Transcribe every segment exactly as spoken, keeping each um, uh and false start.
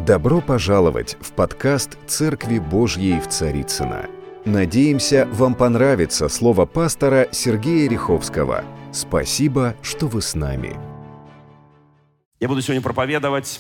Добро пожаловать в подкаст «Церкви Божьей в Царицыно». Надеемся, вам понравится слово пастора Сергея Риховского. Спасибо, что вы с нами. Я буду сегодня проповедовать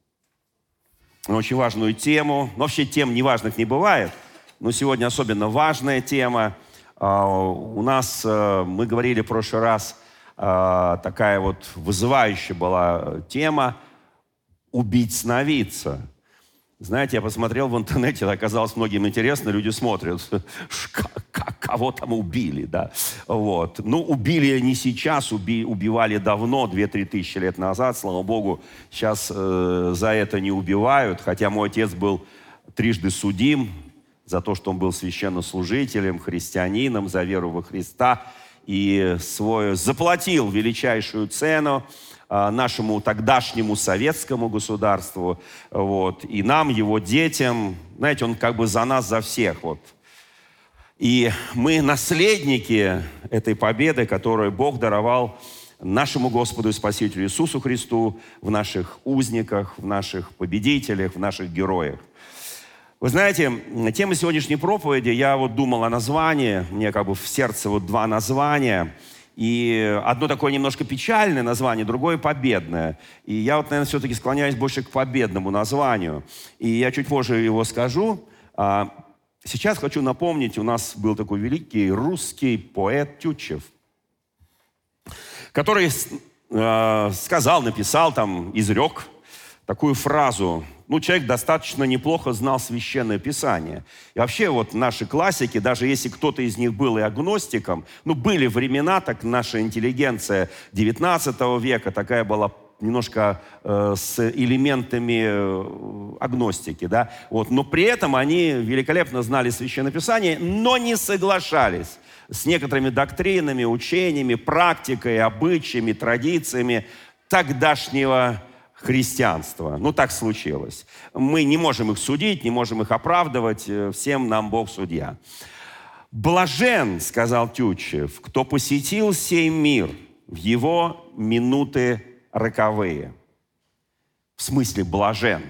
на очень важную тему. Вообще тем неважных не бывает, но сегодня особенно важная тема. У нас, мы говорили в прошлый раз, такая вот вызывающая была тема «убить сновидца». Знаете, я посмотрел в интернете, это оказалось многим интересно, люди смотрят, кого там убили, да. Вот. Ну, убили не сейчас, уби, убивали давно, две-три тысячи лет назад, слава Богу, сейчас э, за это не убивают, хотя мой отец был трижды судим за то, что он был священнослужителем, христианином, за веру во Христа, и свой, заплатил величайшую цену нашему тогдашнему советскому государству, вот, и нам, его детям. Знаете, он как бы за нас, за всех. Вот. И мы наследники этой победы, которую Бог даровал нашему Господу и Спасителю Иисусу Христу в наших узниках, в наших победителях, в наших героях. Вы знаете, тема сегодняшней проповеди, я вот думал о названии, мне как бы в сердце вот два названия. И одно такое немножко печальное название, другое победное. И я вот, наверное, все-таки склоняюсь больше к победному названию. И я чуть позже его скажу. Сейчас хочу напомнить, у нас был такой великий русский поэт Тютчев, который сказал, написал, там, изрек такую фразу. Ну, человек достаточно неплохо знал Священное Писание. И вообще вот наши классики, даже если кто-то из них был и агностиком, ну, были времена, так наша интеллигенция девятнадцатого века такая была немножко э, с элементами э, агностики, да, вот, но при этом они великолепно знали Священное Писание, но не соглашались с некоторыми доктринами, учениями, практикой, обычаями, традициями тогдашнего христианства. Ну, так случилось. Мы не можем их судить, не можем их оправдывать. Всем нам Бог судья. «Блажен, — сказал Тютчев, — кто посетил сей мир в его минуты роковые». В смысле блажен?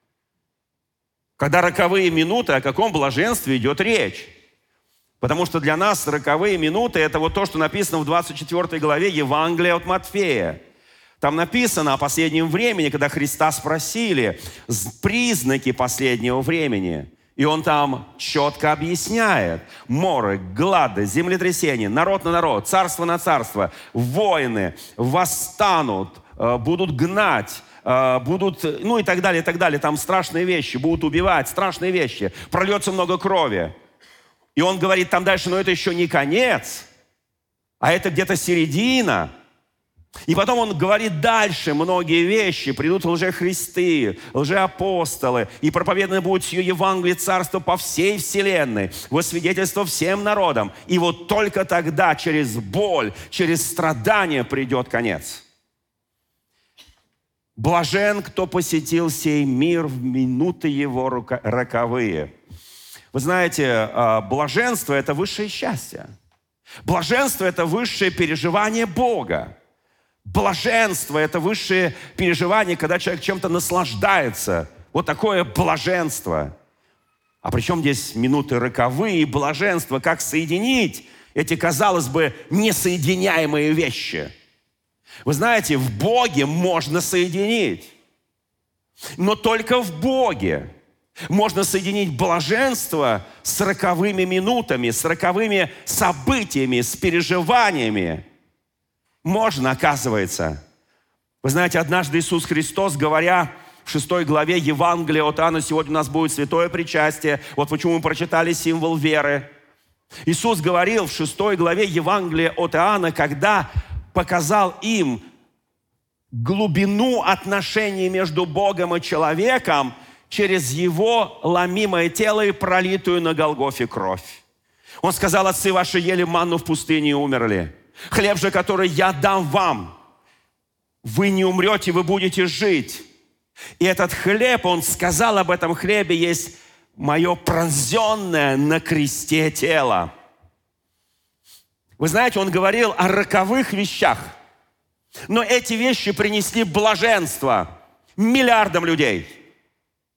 Когда роковые минуты, о каком блаженстве идет речь? Потому что для нас роковые минуты — это вот то, что написано в двадцать четвёртой главе Евангелия от Матфея. Там написано о последнем времени, когда Христа спросили признаки последнего времени. И Он там четко объясняет. Моры, глады, землетрясения, народ на народ, царство на царство, войны восстанут, будут гнать, будут, ну и так далее, и так далее. Там страшные вещи, будут убивать, страшные вещи. Прольется много крови. И Он говорит там дальше, но это еще не конец, а это где-то середина. И потом он говорит дальше многие вещи. Придут лжехристы, лжеапостолы, и проповедано будет сие Евангелие Царства по всей вселенной, во свидетельство всем народам. И вот только тогда через боль, через страдания придет конец. Блажен, кто посетил сей мир в минуты его роковые. Вы знаете, блаженство – это высшее счастье. Блаженство – это высшее переживание Бога. Блаженство – это высшее переживание, когда человек чем-то наслаждается. Вот такое блаженство. А при чем здесь минуты роковые и блаженство? Как соединить эти, казалось бы, несоединяемые вещи? Вы знаете, в Боге можно соединить. Но только в Боге можно соединить блаженство с роковыми минутами, с роковыми событиями, с переживаниями. Можно, оказывается. Вы знаете, однажды Иисус Христос, говоря в шестой главе Евангелия от Иоанна, сегодня у нас будет святое причастие. Вот почему мы прочитали символ веры. Иисус говорил в шестой главе Евангелия от Иоанна, когда показал им глубину отношений между Богом и человеком через Его ломимое тело и пролитую на Голгофе кровь. Он сказал: отцы ваши ели манну в пустыне и умерли. Хлеб же, который я дам вам, вы не умрете, вы будете жить. И этот хлеб, он сказал об этом хлебе, есть мое пронзенное на кресте тело. Вы знаете, он говорил о роковых вещах. Но эти вещи принесли блаженство миллиардам людей.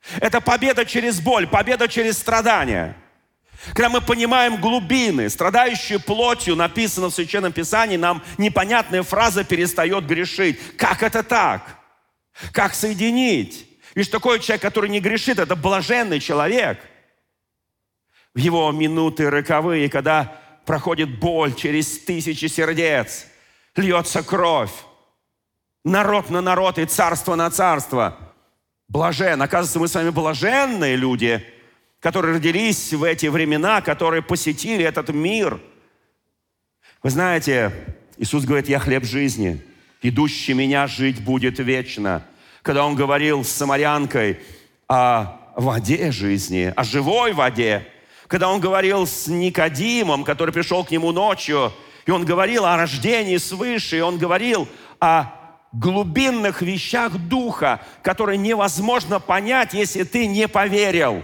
Это победа через боль, победа через страдания. Когда мы понимаем глубины, страдающие плотью, написано в Священном Писании, нам непонятная фраза перестает грешить. Как это так? Как соединить? Видишь, такой человек, который не грешит, это блаженный человек. В его минуты роковые, когда проходит боль через тысячи сердец, льется кровь, народ на народ и царство на царство. Блажен. Оказывается, мы с вами блаженные люди, которые родились в эти времена, которые посетили этот мир. Вы знаете, Иисус говорит: «Я хлеб жизни, идущий меня жить будет вечно». Когда Он говорил с самарянкой о воде жизни, о живой воде, когда Он говорил с Никодимом, который пришел к Нему ночью, и Он говорил о рождении свыше, и Он говорил о глубинных вещах Духа, которые невозможно понять, если ты не поверил.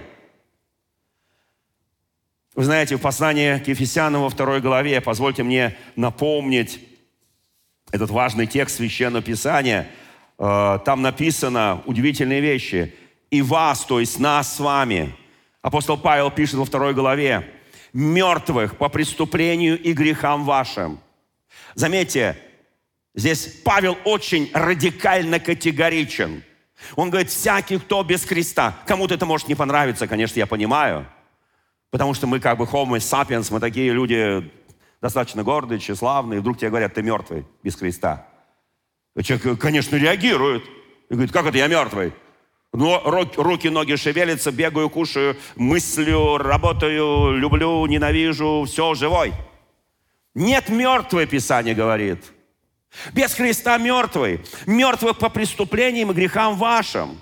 Вы знаете, в послании к Ефесянам во второй главе, позвольте мне напомнить этот важный текст Священного Писания, там написано удивительные вещи. «И вас», то есть нас с вами, апостол Павел пишет во второй главе, «мертвых по преступлению и грехам вашим». Заметьте, здесь Павел очень радикально категоричен. Он говорит: всякий, кто без Христа. Кому-то это может не понравиться, конечно, я понимаю. Потому что мы как бы homo sapiens, мы такие люди достаточно гордые, тщеславные. И вдруг тебе говорят: ты мертвый без Христа. И человек, конечно, реагирует. И говорит: как это я мертвый? Но руки, ноги шевелятся, бегаю, кушаю, мыслю, работаю, люблю, ненавижу, все, живой. Нет, мертвый, Писание говорит. Без Христа мертвый. Мертвых по преступлениям и грехам вашим.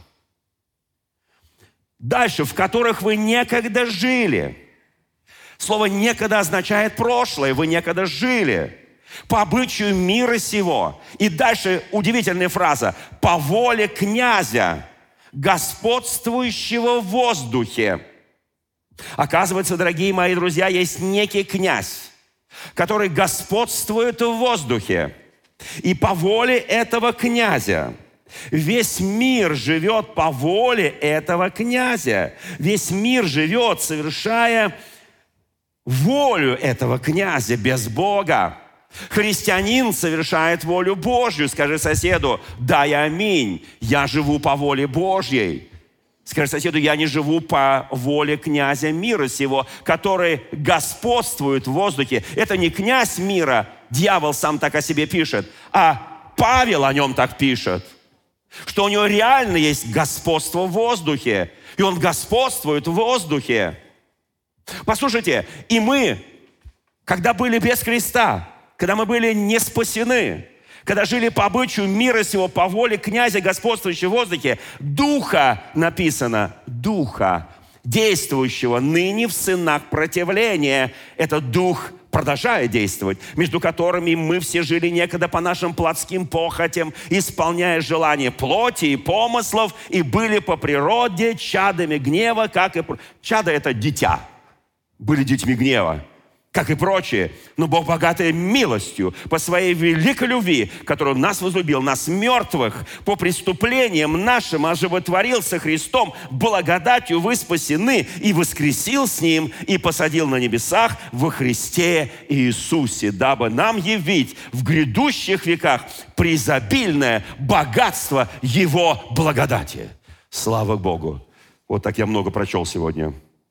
Дальше, в которых вы некогда жили. Слово «некогда» означает прошлое. Вы некогда жили. По обычаю мира сего. И дальше удивительная фраза. По воле князя, господствующего в воздухе. Оказывается, дорогие мои друзья, есть некий князь, который господствует в воздухе. И по воле этого князя весь мир живет по воле этого князя. Весь мир живет, совершая волю этого князя без Бога. Христианин совершает волю Божью. Скажи соседу: дай аминь, я живу по воле Божьей. Скажи соседу: я не живу по воле князя мира сего, который господствует в воздухе. Это не князь мира, дьявол сам так о себе пишет, а Павел о нем так пишет, что у него реально есть господство в воздухе, и он господствует в воздухе. Послушайте, и мы, когда были без Христа, когда мы были не спасены, когда жили по обычаю мира сего, по воле князя, господствующего в воздухе, Духа, написано, Духа, действующего ныне в сынах противления. Этот Дух продолжает действовать, между которыми мы все жили некогда по нашим плотским похотям, исполняя желания плоти и помыслов, и были по природе чадами гнева, как и... Чадо – это дитя. Были детьми гнева, как и прочие. Но Бог, богатый милостью, по своей великой любви, которую нас возлюбил, нас мертвых, по преступлениям нашим оживотворил со Христом, благодатью вы спасены, и воскресил с Ним, и посадил на небесах во Христе Иисусе, дабы нам явить в грядущих веках преизобильное богатство Его благодати. Слава Богу! Вот так я много прочел сегодня.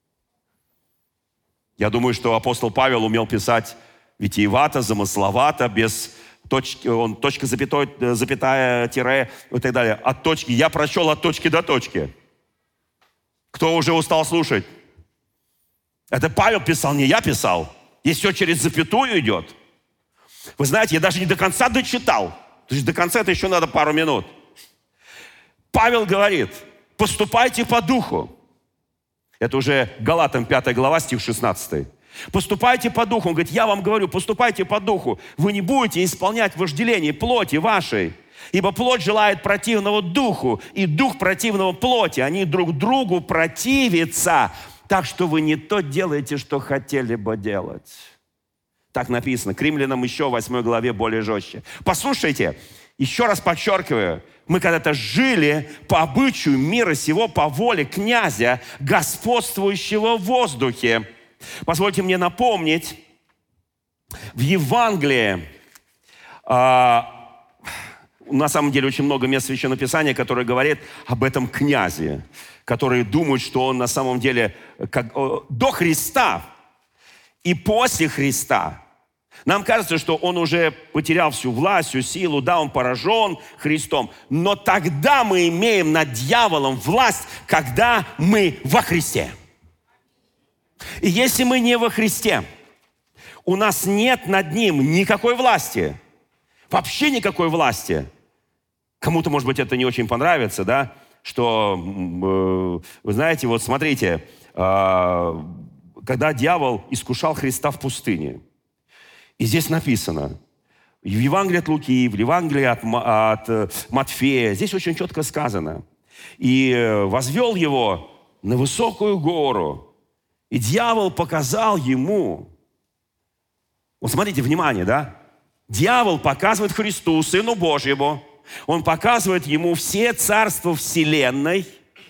Я думаю, что апостол Павел умел писать витиевато, замысловато, без точки, он точка, запятой, запятая, тире и так далее. От точки, я прочел от точки до точки. Кто уже устал слушать? Это Павел писал, не я писал. Здесь все через запятую идет. Вы знаете, я даже не до конца дочитал. То есть до конца это еще надо пару минут. Павел говорит: поступайте по духу. Это уже Галатам пятая глава, стих шестнадцатый. Поступайте по духу. Он говорит: я вам говорю, поступайте по духу. Вы не будете исполнять вожделение плоти вашей. Ибо плоть желает противного духу, и дух противного плоти. Они друг другу противятся. Так что вы не то делаете, что хотели бы делать. Так написано. К Римлянам еще в восьмой главе более жестче. Послушайте, еще раз подчеркиваю. Мы когда-то жили по обычаю мира сего, по воле князя, господствующего в воздухе. Позвольте мне напомнить, в Евангелии, а, на самом деле очень много мест Священного Писания, которое говорит об этом князе, которые думают, что он на самом деле как, до Христа и после Христа. Нам кажется, что он уже потерял всю власть, всю силу, да, он поражен Христом. Но тогда мы имеем над дьяволом власть, когда мы во Христе. И если мы не во Христе, у нас нет над ним никакой власти, вообще никакой власти. Кому-то, может быть, это не очень понравится, да, что, э, вы знаете, вот смотрите, э, когда дьявол искушал Христа в пустыне, и здесь написано, в Евангелии от Луки, в Евангелии от, от Матфея, здесь очень четко сказано. И возвел его на высокую гору, и дьявол показал ему. Вот смотрите, внимание, да? Дьявол показывает Христу, Сыну Божьему, он показывает ему все царства вселенной.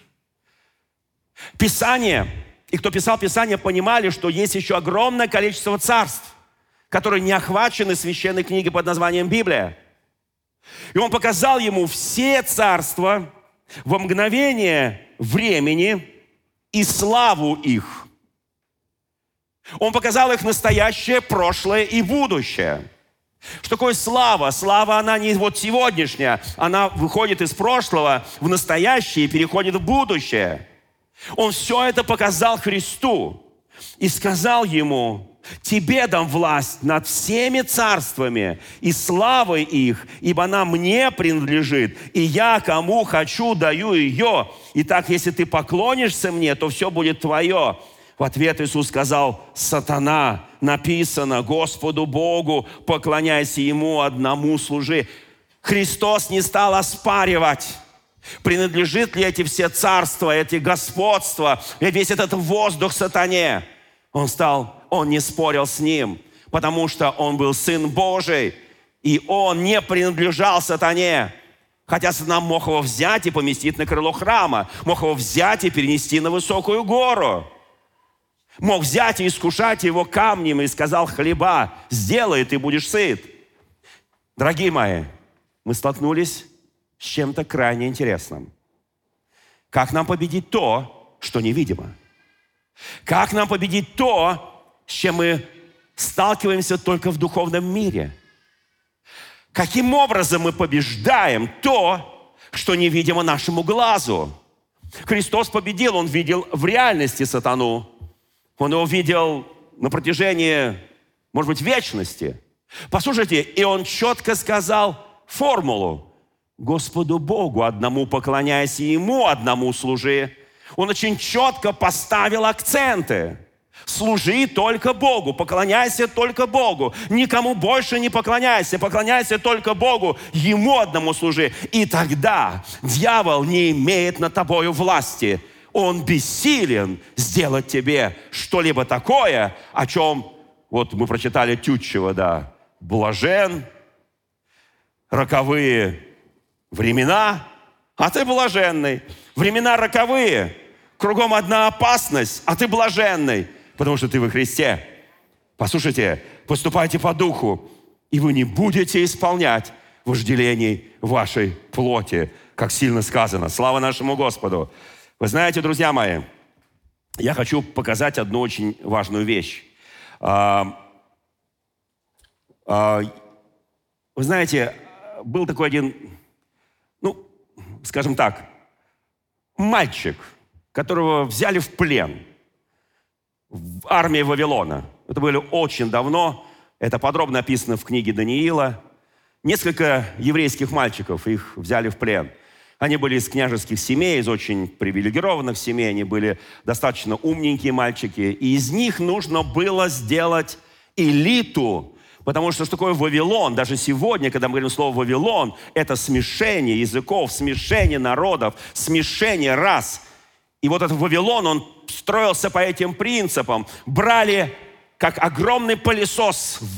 Писание, и кто писал Писание, понимали, что есть еще огромное количество царств, которые не охвачены священной книгой под названием Библия. И он показал ему все царства во мгновение времени и славу их. Он показал их настоящее, прошлое и будущее. Что такое слава? Слава, она не вот сегодняшняя, она выходит из прошлого в настоящее и переходит в будущее. Он все это показал Христу и сказал ему: «Тебе дам власть над всеми царствами и славой их, ибо она мне принадлежит, и я кому хочу даю ее. Итак, если ты поклонишься мне, то все будет твое». В ответ Иисус сказал: «Сатана, написано, Господу Богу поклоняйся Ему одному служи». Христос не стал оспаривать, принадлежит ли эти все царства, эти господства, весь этот воздух сатане. Он стал, он не спорил с ним, потому что он был Сын Божий, и он не принадлежал сатане. Хотя сатана мог его взять и поместить на крыло храма, мог его взять и перенести на высокую гору, мог взять и искушать его камнем и сказал: «Хлеба сделай, и ты будешь сыт». Дорогие мои, мы столкнулись с чем-то крайне интересным. Как нам победить то, что невидимо? Как нам победить то, с чем мы сталкиваемся только в духовном мире? Каким образом мы побеждаем то, что невидимо нашему глазу? Христос победил, Он видел в реальности сатану. Он его видел на протяжении, может быть, вечности. Послушайте, и Он четко сказал формулу: «Господу Богу одному поклоняйся, Ему одному служи». Он очень четко поставил акценты. Служи только Богу, поклоняйся только Богу, никому больше не поклоняйся, поклоняйся только Богу, Ему одному служи. И тогда дьявол не имеет над тобою власти. Он бессилен сделать тебе что-либо такое, о чем, вот мы прочитали Тютчева, да, блажен, роковые времена, а ты блаженный. Времена роковые, кругом одна опасность, а ты блаженный, потому что ты во Христе. Послушайте, поступайте по духу, и вы не будете исполнять вожделений вашей плоти, как сильно сказано. Слава нашему Господу! Вы знаете, друзья мои, я хочу показать одну очень важную вещь. А, а, вы знаете, был такой один, ну, скажем так, мальчик, которого взяли в плен в армии Вавилона. Это было очень давно, это подробно описано в книге Даниила. Несколько еврейских мальчиков, их взяли в плен. Они были из княжеских семей, из очень привилегированных семей, они были достаточно умненькие мальчики, и из них нужно было сделать элиту, потому что что такое Вавилон? Даже сегодня, когда мы говорим слово «Вавилон», это смешение языков, смешение народов, смешение рас. И вот этот Вавилон, он строился по этим принципам. Брали, как огромный пылесос,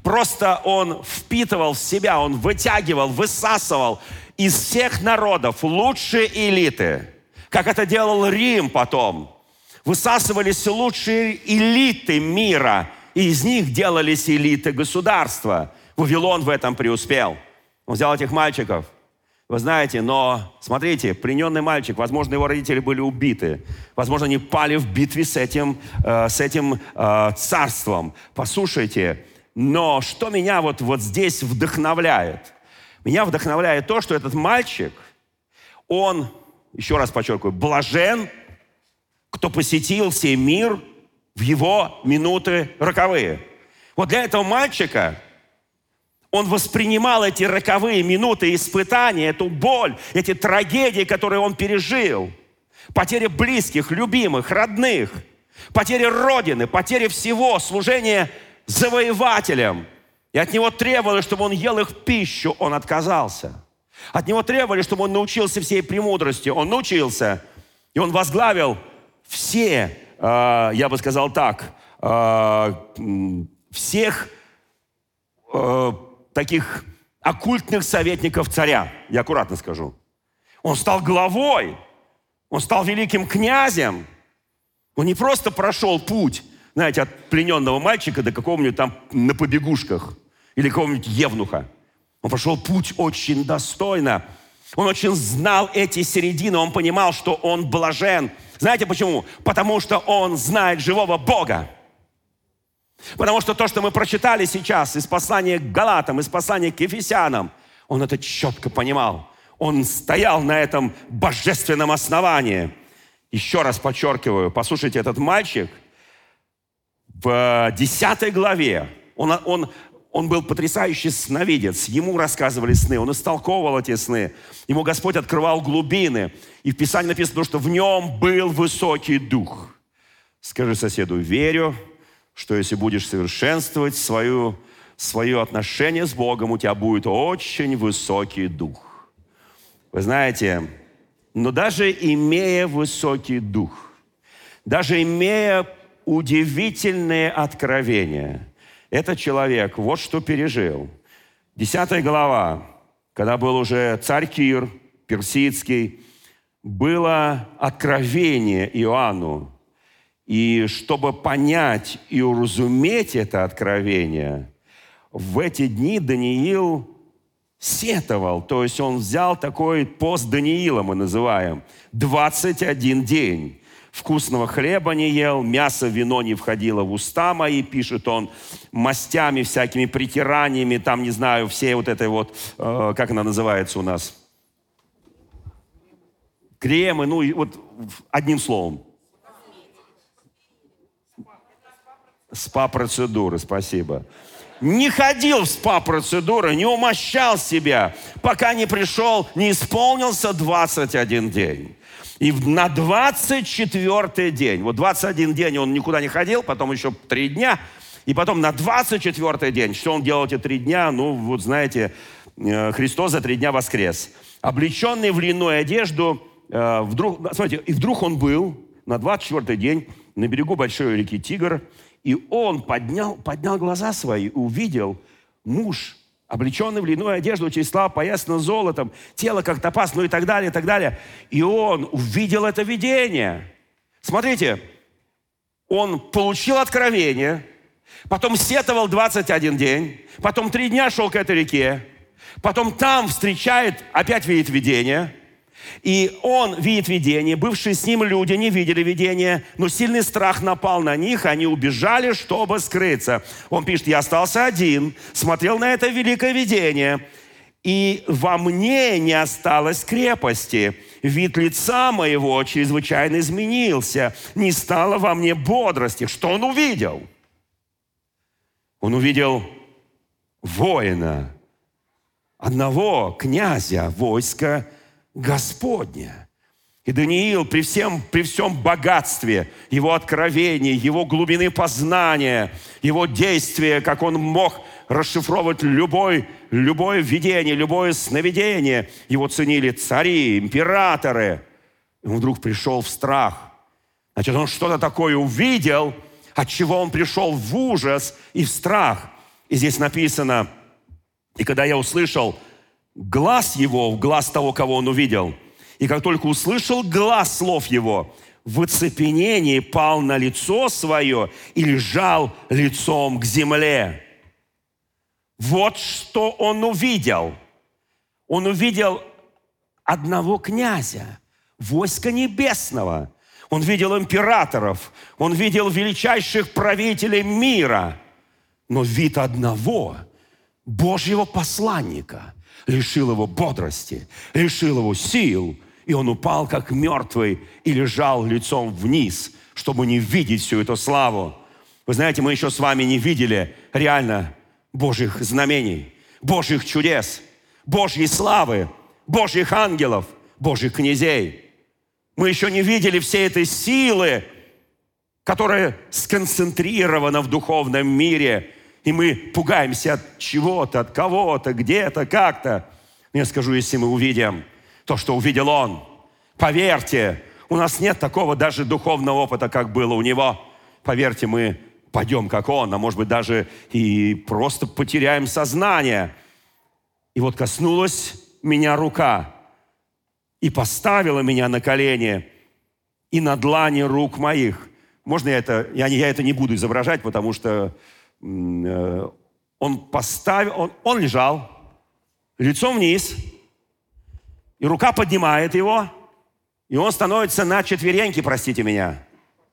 Просто он впитывал в себя, он вытягивал, высасывал из всех народов лучшие элиты. Как это делал Рим потом. Высасывались лучшие элиты мира, и из них делались элиты государства. Вавилон в этом преуспел. Он взял этих мальчиков. Вы знаете, но, смотрите, плененный мальчик, возможно, его родители были убиты. Возможно, они пали в битве с этим, э, с этим э, царством. Послушайте, но что меня вот, вот здесь вдохновляет? Меня вдохновляет то, что этот мальчик, он, еще раз подчеркиваю, блажен, кто посетил сей мир в его минуты роковые. Вот для этого мальчика он воспринимал эти роковые минуты испытания, эту боль, эти трагедии, которые он пережил. Потеря близких, любимых, родных, потеря родины, потеря всего, служение завоевателям. И от него требовали, чтобы он ел их пищу, он отказался. От него требовали, чтобы он научился всей премудрости, он научился. И он возглавил все, э, я бы сказал так, э, всех э, таких оккультных советников царя, я аккуратно скажу. Он стал главой, он стал великим князем. Он не просто прошел путь, знаете, от плененного мальчика до какого-нибудь там на побегушках или какого-нибудь евнуха. Он прошел путь очень достойно. Он очень знал эти середины, он понимал, что он блажен. Знаете почему? Потому что он знает живого Бога. Потому что то, что мы прочитали сейчас из послания к Галатам, из послания к Ефесянам, он это четко понимал. Он стоял на этом божественном основании. Еще раз подчеркиваю, послушайте, этот мальчик в десятой главе, он, он, он был потрясающий сновидец. Ему рассказывали сны, он истолковывал эти сны. Ему Господь открывал глубины. И в Писании написано, что в нем был высокий дух. Скажи соседу, верю, что если будешь совершенствовать свое, свое отношение с Богом, у тебя будет очень высокий дух. Вы знаете, но даже имея высокий дух, даже имея удивительные откровения, этот человек вот что пережил. Десятая глава, когда был уже царь Кир, персидский, было откровение Иоанну. И чтобы понять и уразуметь это откровение, в эти дни Даниил сетовал, то есть он взял такой пост Даниила, мы называем, двадцать один день. Вкусного хлеба не ел, мясо, вино не входило в уста мои, пишет он, мастями всякими притираниями, там, не знаю, все вот этой вот, э, как она называется у нас, кремы, ну, и вот одним словом. Спа-процедуры, спасибо. Не ходил в спа-процедуры, не умощал себя, пока не пришел, не исполнился двадцать один день. И на двадцать четвёртый день, вот двадцать один день он никуда не ходил, потом еще три дня, и потом на двадцать четвёртый день, что он делал эти три дня, ну, вот знаете, Христос за три дня воскрес. Облеченный в льняную одежду, вдруг, смотрите, и вдруг он был на двадцать четвёртый день на берегу большой реки Тигр, и он поднял, поднял глаза свои и увидел муж, облеченный в льняную одежду, числа поясано золотом, тело как топаз, ну и так далее, и так далее. И он увидел это видение. Смотрите, он получил откровение, потом сетовал двадцать один день, потом три дня шел к этой реке, потом там встречает, опять видит видение. И он видит видение, бывшие с ним люди не видели видения, но сильный страх напал на них, они убежали, чтобы скрыться. Он пишет, я остался один, смотрел на это великое видение, и во мне не осталось крепости. Вид лица моего чрезвычайно изменился, не стало во мне бодрости. Что он увидел? Он увидел воина, одного князя войска Господня. И Даниил при всем, при всем богатстве его откровений, его глубины познания, его действия, как он мог расшифровывать любой, любое видение, любое сновидение, его ценили цари, императоры. И он вдруг пришел в страх. Значит, он что-то такое увидел, от чего он пришел в ужас и в страх. И здесь написано, и когда я услышал глас его, глаз того, кого он увидел, и как только услышал глас слов его, в оцепенении пал на лицо свое и лежал лицом к земле. Вот что он увидел. Он увидел одного князя, войска небесного. Он видел императоров, он видел величайших правителей мира. Но вид одного Божьего посланника лишил его бодрости, лишил его сил, и он упал как мертвый и лежал лицом вниз, чтобы не видеть всю эту славу. Вы знаете, мы еще с вами не видели реально Божьих знамений, Божьих чудес, Божьей славы, Божьих ангелов, Божьих князей. Мы еще не видели всей этой силы, которая сконцентрирована в духовном мире, и мы пугаемся от чего-то, от кого-то, где-то, как-то. Но я скажу, если мы увидим то, что увидел он, поверьте, у нас нет такого даже духовного опыта, как было у него. Поверьте, мы пойдем, как он, а может быть, даже и просто потеряем сознание. И вот коснулась меня рука и поставила меня на колени и на длани рук моих. Можно я это, я, я это не буду изображать, потому что э, он поставил, он, он лежал лицом вниз, и рука поднимает его, и он становится на четвереньки, простите меня.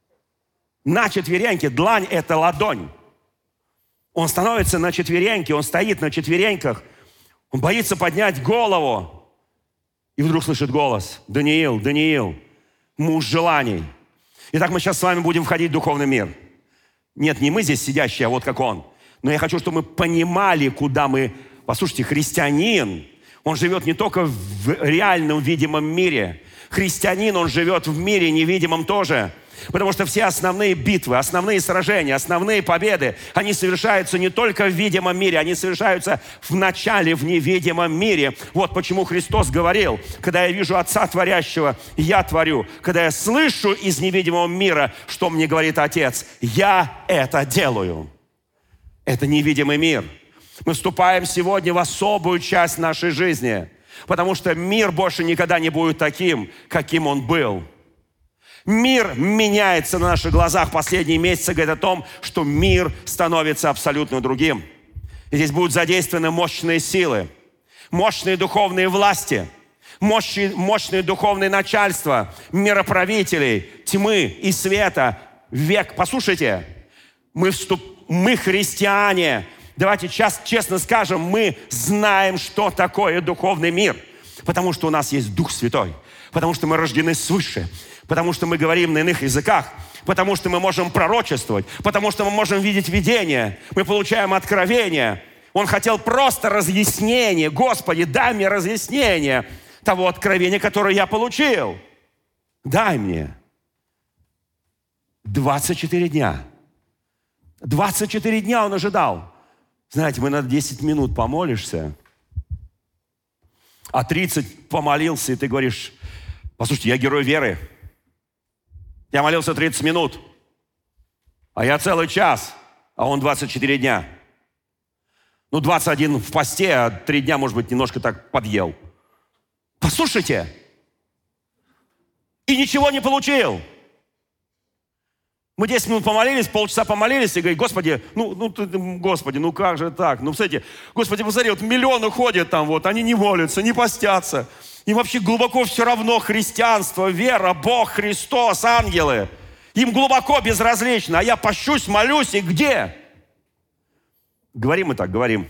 На четвереньки. Длань – это ладонь. Он становится на четвереньки, он стоит на четвереньках, он боится поднять голову. И вдруг слышит голос: «Даниил, Даниил, муж желаний». Итак, мы сейчас с вами будем входить в духовный мир. Нет, не мы здесь сидящие, а вот как он. Но я хочу, чтобы мы понимали, куда мы... Послушайте, христианин, он живет не только в реальном видимом мире. Христианин, он живет в мире невидимом тоже. Потому что все основные битвы, основные сражения, основные победы, они совершаются не только в видимом мире, они совершаются в начале, в невидимом мире. Вот почему Христос говорил: когда я вижу Отца Творящего, я творю. Когда я слышу из невидимого мира, что мне говорит Отец, я это делаю. Это невидимый мир. Мы вступаем сегодня в особую часть нашей жизни, потому что мир больше никогда не будет таким, каким он был. Мир меняется на наших глазах. Последние месяцы говорят о том, что мир становится абсолютно другим. И здесь будут задействованы мощные силы, мощные духовные власти, мощные, мощные духовные начальства, мироправителей, тьмы и света. Век, послушайте, мы, вступ, мы христиане. Давайте сейчас честно скажем, мы знаем, что такое духовный мир. Потому что у нас есть Дух Святой. Потому что мы рождены свыше. Потому что мы говорим на иных языках, потому что мы можем пророчествовать, потому что мы можем видеть видение, мы получаем откровение. Он хотел просто разъяснение. Господи, дай мне разъяснение того откровения, которое я получил. Дай мне. двадцать четыре дня. двадцать четыре дня он ожидал. Знаете, мы на десять минут помолишься, а тридцать помолился, и ты говоришь: послушайте, я герой веры. Я молился тридцать минут, а я целый час, а он двадцать четыре дня. Ну, двадцать один в посте, а три дня, может быть, немножко так подъел. Послушайте, и ничего не получил. Мы десять минут помолились, полчаса помолились, и говорим: Господи, ну, ну, ты, Господи, ну как же так? Ну, кстати, Господи, посмотри, вот миллионы ходят там, вот, они не молятся, не постятся. Им вообще глубоко все равно христианство, вера, Бог, Христос, ангелы. Им глубоко безразлично, а я пощусь, молюсь, и где? Говорим мы так, говорим.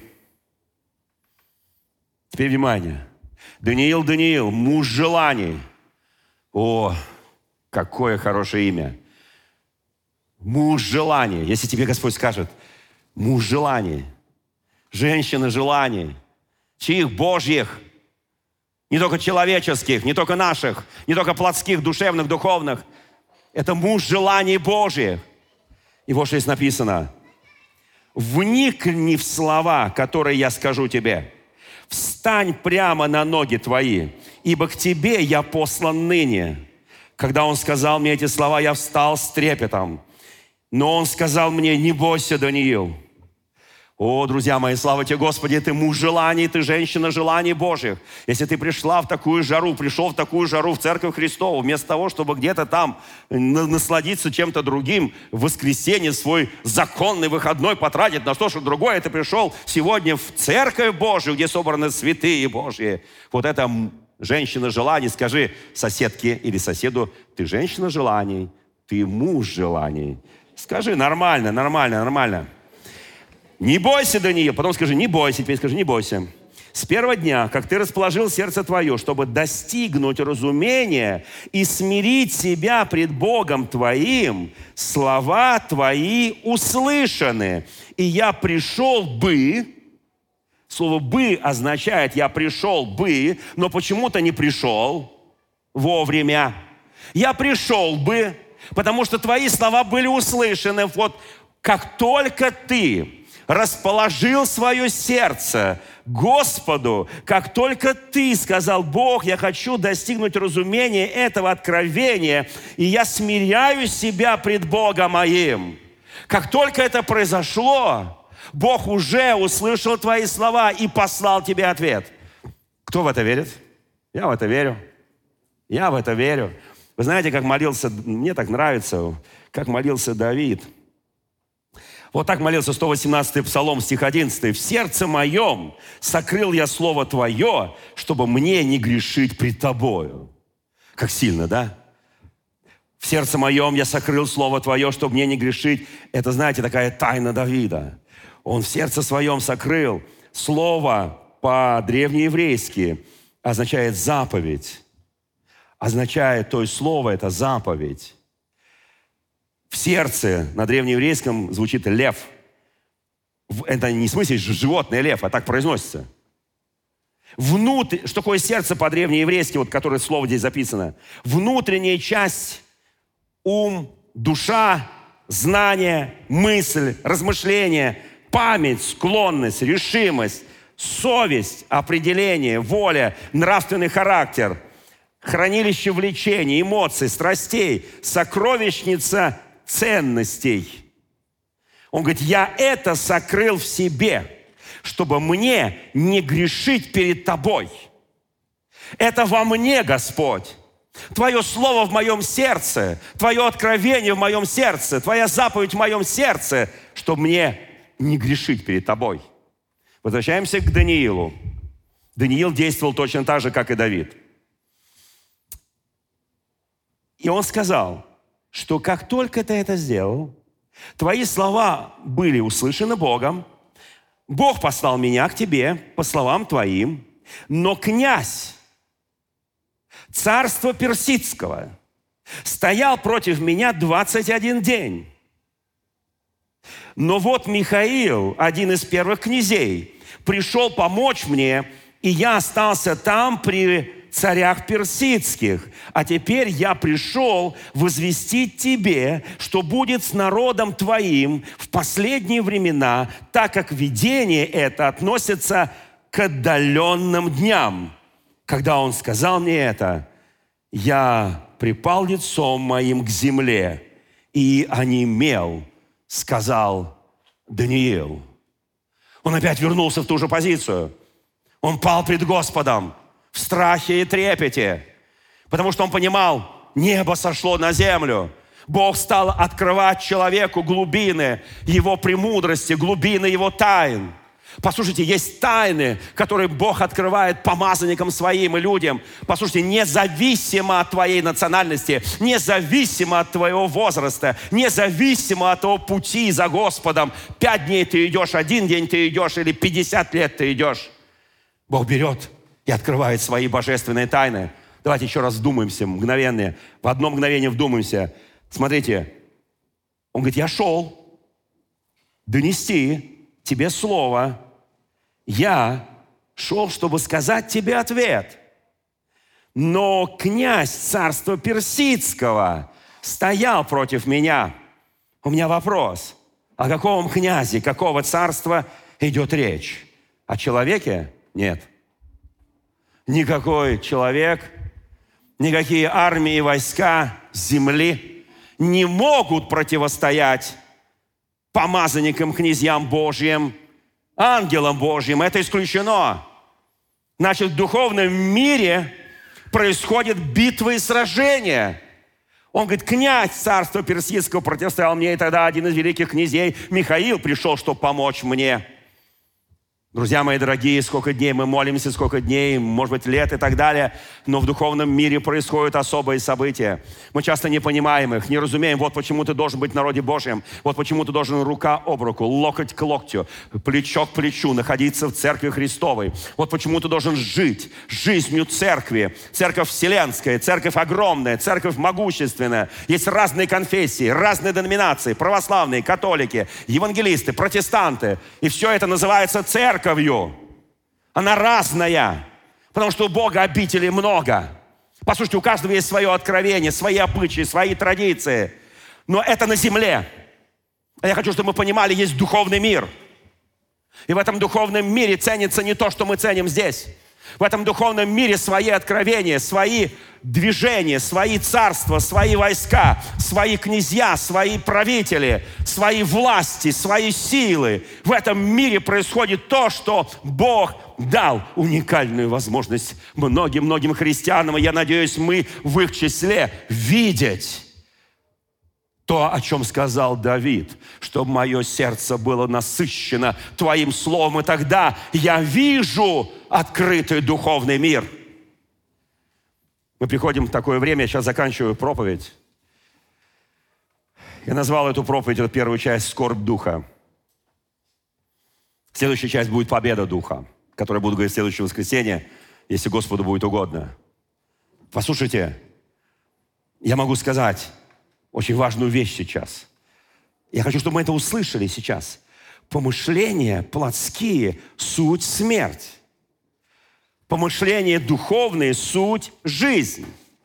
Теперь внимание. Даниил, Даниил, муж желаний. О, какое хорошее имя. Муж желаний. Если тебе Господь скажет: муж желаний, женщина желаний, чьих? Божьих. Не только человеческих, не только наших, не только плотских, душевных, духовных. Это муж желаний Божьих. И вот что здесь написано. Вникни в слова, которые я скажу тебе. Встань прямо на ноги твои, ибо к тебе я послан ныне. Когда он сказал мне эти слова, я встал с трепетом. Но он сказал мне: не бойся, Даниил. О, друзья мои, слава тебе, Господи, ты муж желаний, ты женщина желаний Божьих. Если ты пришла в такую жару, пришел в такую жару в Церковь Христову, вместо того, чтобы где-то там насладиться чем-то другим, в воскресенье свой законный выходной потратить на что-то другое, ты пришел сегодня в Церковь Божию, где собраны святые Божьи. Вот это женщина желаний. Скажи соседке или соседу: ты женщина желаний, ты муж желаний. Скажи нормально, нормально, нормально. Не бойся, Даниил. Потом скажи: не бойся. Теперь скажи: не бойся. С первого дня, как ты расположил сердце твое, чтобы достигнуть разумения и смирить себя пред Богом твоим, слова твои услышаны. И я пришел бы. Слово «бы» означает «я пришел бы», но почему-то не пришел вовремя. Я пришел бы, потому что твои слова были услышаны. Вот как только ты расположил свое сердце Господу, как только ты сказал: Бог, я хочу достигнуть разумения этого откровения, и я смиряю себя пред Богом моим. Как только это произошло, Бог уже услышал твои слова и послал тебе ответ. Кто в это верит? Я в это верю. Я в это верю. Вы знаете, как молился, мне так нравится, как молился Давид. Вот так молился сто восемнадцатый Псалом, стих одиннадцатый. «В сердце моем сокрыл я слово Твое, чтобы мне не грешить пред Тобою». Как сильно, да? В сердце моем я сокрыл слово Твое, чтобы мне не грешить. Это, знаете, такая тайна Давида. Он в сердце своем сокрыл. Слово по-древнееврейски означает заповедь. Означает, то есть слово – это заповедь. В сердце на древнееврейском звучит лев. Это не в смысле животное лев, а так произносится. Внутрь, что такое сердце по-древнееврейски, вот которое слово здесь записано? Внутренняя часть, ум, душа, знание, мысль, размышление, память, склонность, решимость, совесть, определение, воля, нравственный характер, хранилище влечений, эмоций, страстей, сокровищница ценностей. Он говорит: я это сокрыл в себе, чтобы мне не грешить перед Тобой. Это во мне, Господь. Твое слово в моем сердце, Твое откровение в моем сердце, Твоя заповедь в моем сердце, чтобы мне не грешить перед Тобой. Возвращаемся к Даниилу. Даниил действовал точно так же, как и Давид. И он сказал, что как только ты это сделал, твои слова были услышаны Богом, Бог послал меня к тебе по словам твоим, но князь царства персидского стоял против меня двадцать один день. Но вот Михаил, один из первых князей, пришел помочь мне, и я остался там при царях персидских. А теперь я пришел возвестить тебе, что будет с народом твоим в последние времена, так как видение это относится к отдаленным дням. Когда он сказал мне это, я припал лицом моим к земле и онемел, сказал Даниил. Он опять вернулся в ту же позицию. Он пал пред Господом в страхе и трепете, потому что он понимал, небо сошло на землю. Бог стал открывать человеку глубины его премудрости, глубины его тайн. Послушайте, есть тайны, которые Бог открывает помазанникам своим и людям. Послушайте, независимо от твоей национальности, независимо от твоего возраста, независимо от того пути за Господом, пять дней ты идешь, один день ты идешь или пятьдесят лет ты идешь, Бог берет и открывает свои божественные тайны. Давайте еще раз вдумаемся, мгновенно. В одно мгновение вдумаемся. Смотрите, он говорит: я шел донести тебе слово. Я шел, чтобы сказать тебе ответ. Но князь царства персидского стоял против меня. У меня вопрос. О каком князе, какого царства идет речь? О человеке? Нет. Никакой человек, никакие армии и войска земли не могут противостоять помазанникам, князьям Божьим ангелом Божьим. Это исключено. Значит, в духовном мире происходят битвы и сражения. Он говорит, князь царства персидского противостоял мне, и тогда один из великих князей, Михаил, пришел, чтобы помочь мне. Друзья мои дорогие, сколько дней мы молимся, сколько дней, может быть, лет и так далее, но в духовном мире происходят особые события. Мы часто не понимаем их, не разумеем, вот почему ты должен быть в народе Божьем, вот почему ты должен рука об руку, локоть к локтю, плечо к плечу, находиться в Церкви Христовой. Вот почему ты должен жить жизнью Церкви. Церковь вселенская, Церковь огромная, Церковь могущественная. Есть разные конфессии, разные деноминации, православные, католики, евангелисты, протестанты. И все это называется Церковь. Церковью. Она разная, потому что у Бога обителей много. Послушайте, у каждого есть свое откровение, свои обычаи, свои традиции. Но это на земле. А я хочу, чтобы мы понимали, есть духовный мир. И в этом духовном мире ценится не то, что мы ценим здесь. В этом духовном мире свои откровения, свои движения, свои царства, свои войска, свои князья, свои правители, свои власти, свои силы. В этом мире происходит то, что Бог дал уникальную возможность многим-многим христианам, и я надеюсь, мы в их числе видеть то, о чем сказал Давид, чтобы мое сердце было насыщено Твоим словом, и тогда я вижу открытый духовный мир. Мы приходим в такое время, я сейчас заканчиваю проповедь. Я назвал эту проповедь, эту первую часть, «Скорбь духа». Следующая часть будет «Победа духа», которая буду говорить в следующее воскресенье, если Господу будет угодно. Послушайте, я могу сказать очень важную вещь сейчас. Я хочу, чтобы мы это услышали сейчас. Помышления плотские – суть смерть. Помышления духовные – суть жизнь.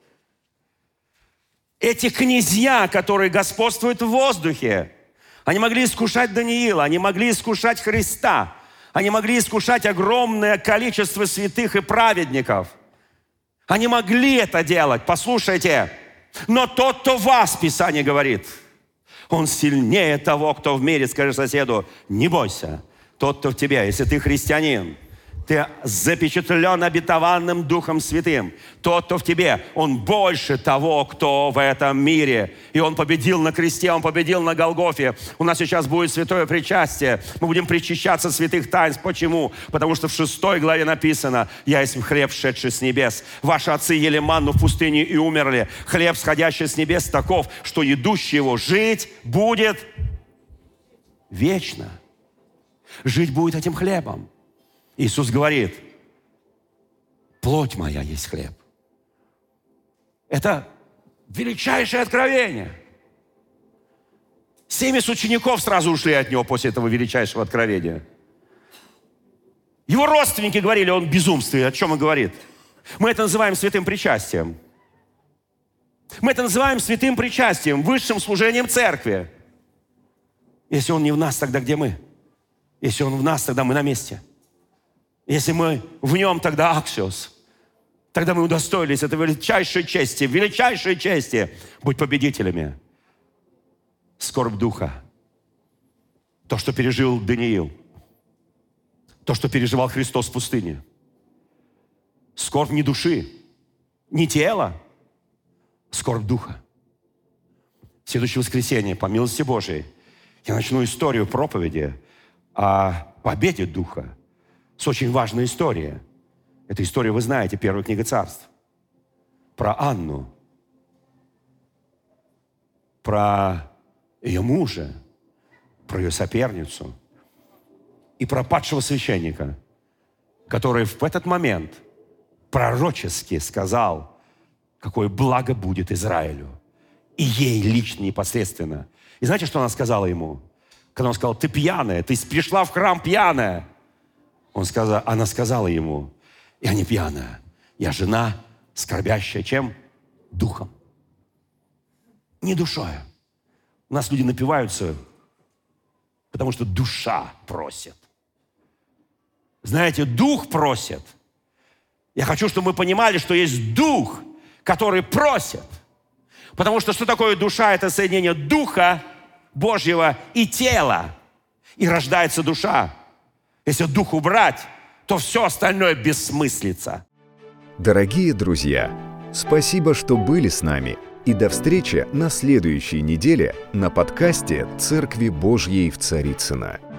Эти князья, которые господствуют в воздухе, они могли искушать Даниила, они могли искушать Христа, они могли искушать огромное количество святых и праведников. Они могли это делать, послушайте. Но тот, кто в вас, Писание говорит, он сильнее того, кто в мире. Скажи соседу, не бойся, тот, кто в тебе. Если ты христианин, ты запечатлен обетованным Духом Святым. Тот, кто в тебе, он больше того, кто в этом мире. И он победил на кресте, он победил на Голгофе. У нас сейчас будет святое причастие. Мы будем причащаться святых таинств. Почему? Потому что в шестой главе написано: «Я есть хлеб, шедший с небес. Ваши отцы ели манну в пустыне и умерли. Хлеб, сходящий с небес, таков, что едущий его жить будет вечно». Жить будет этим хлебом. Иисус говорит: плоть моя есть хлеб. Это величайшее откровение. семьдесят учеников сразу ушли от него после этого величайшего откровения. Его родственники говорили, он безумствует. О чем он говорит? Мы это называем святым причастием. Мы это называем святым причастием, высшим служением церкви. Если он не в нас, тогда где мы? Если он в нас, тогда мы на месте. Если мы в нем, тогда аксиос. Тогда мы удостоились этой величайшей чести, величайшей чести быть победителями. Скорбь духа. То, что пережил Даниил. То, что переживал Христос в пустыне. Скорбь не души, не тела. Скорбь духа. В следующее воскресенье, по милости Божией, я начну историю проповеди о победе духа. С очень важной историей. Эту историю вы знаете, первая книга Царств. Про Анну. Про ее мужа. Про ее соперницу. И про падшего священника, который в этот момент пророчески сказал, какое благо будет Израилю. И ей лично, непосредственно. И знаете, что она сказала ему? Когда он сказал: ты пьяная, ты пришла в храм пьяная. Он сказал, она сказала ему: я не пьяная, я жена, скорбящая чем? Духом. Не душою. У нас люди напиваются, потому что душа просит. Знаете, дух просит. Я хочу, чтобы мы понимали, что есть дух, который просит. Потому что что такое душа? Это соединение духа Божьего и тела. И рождается душа. Если дух убрать, то все остальное бессмыслица. Дорогие друзья, спасибо, что были с нами. И до встречи на следующей неделе на подкасте «Церкви Божьей в Царицыно».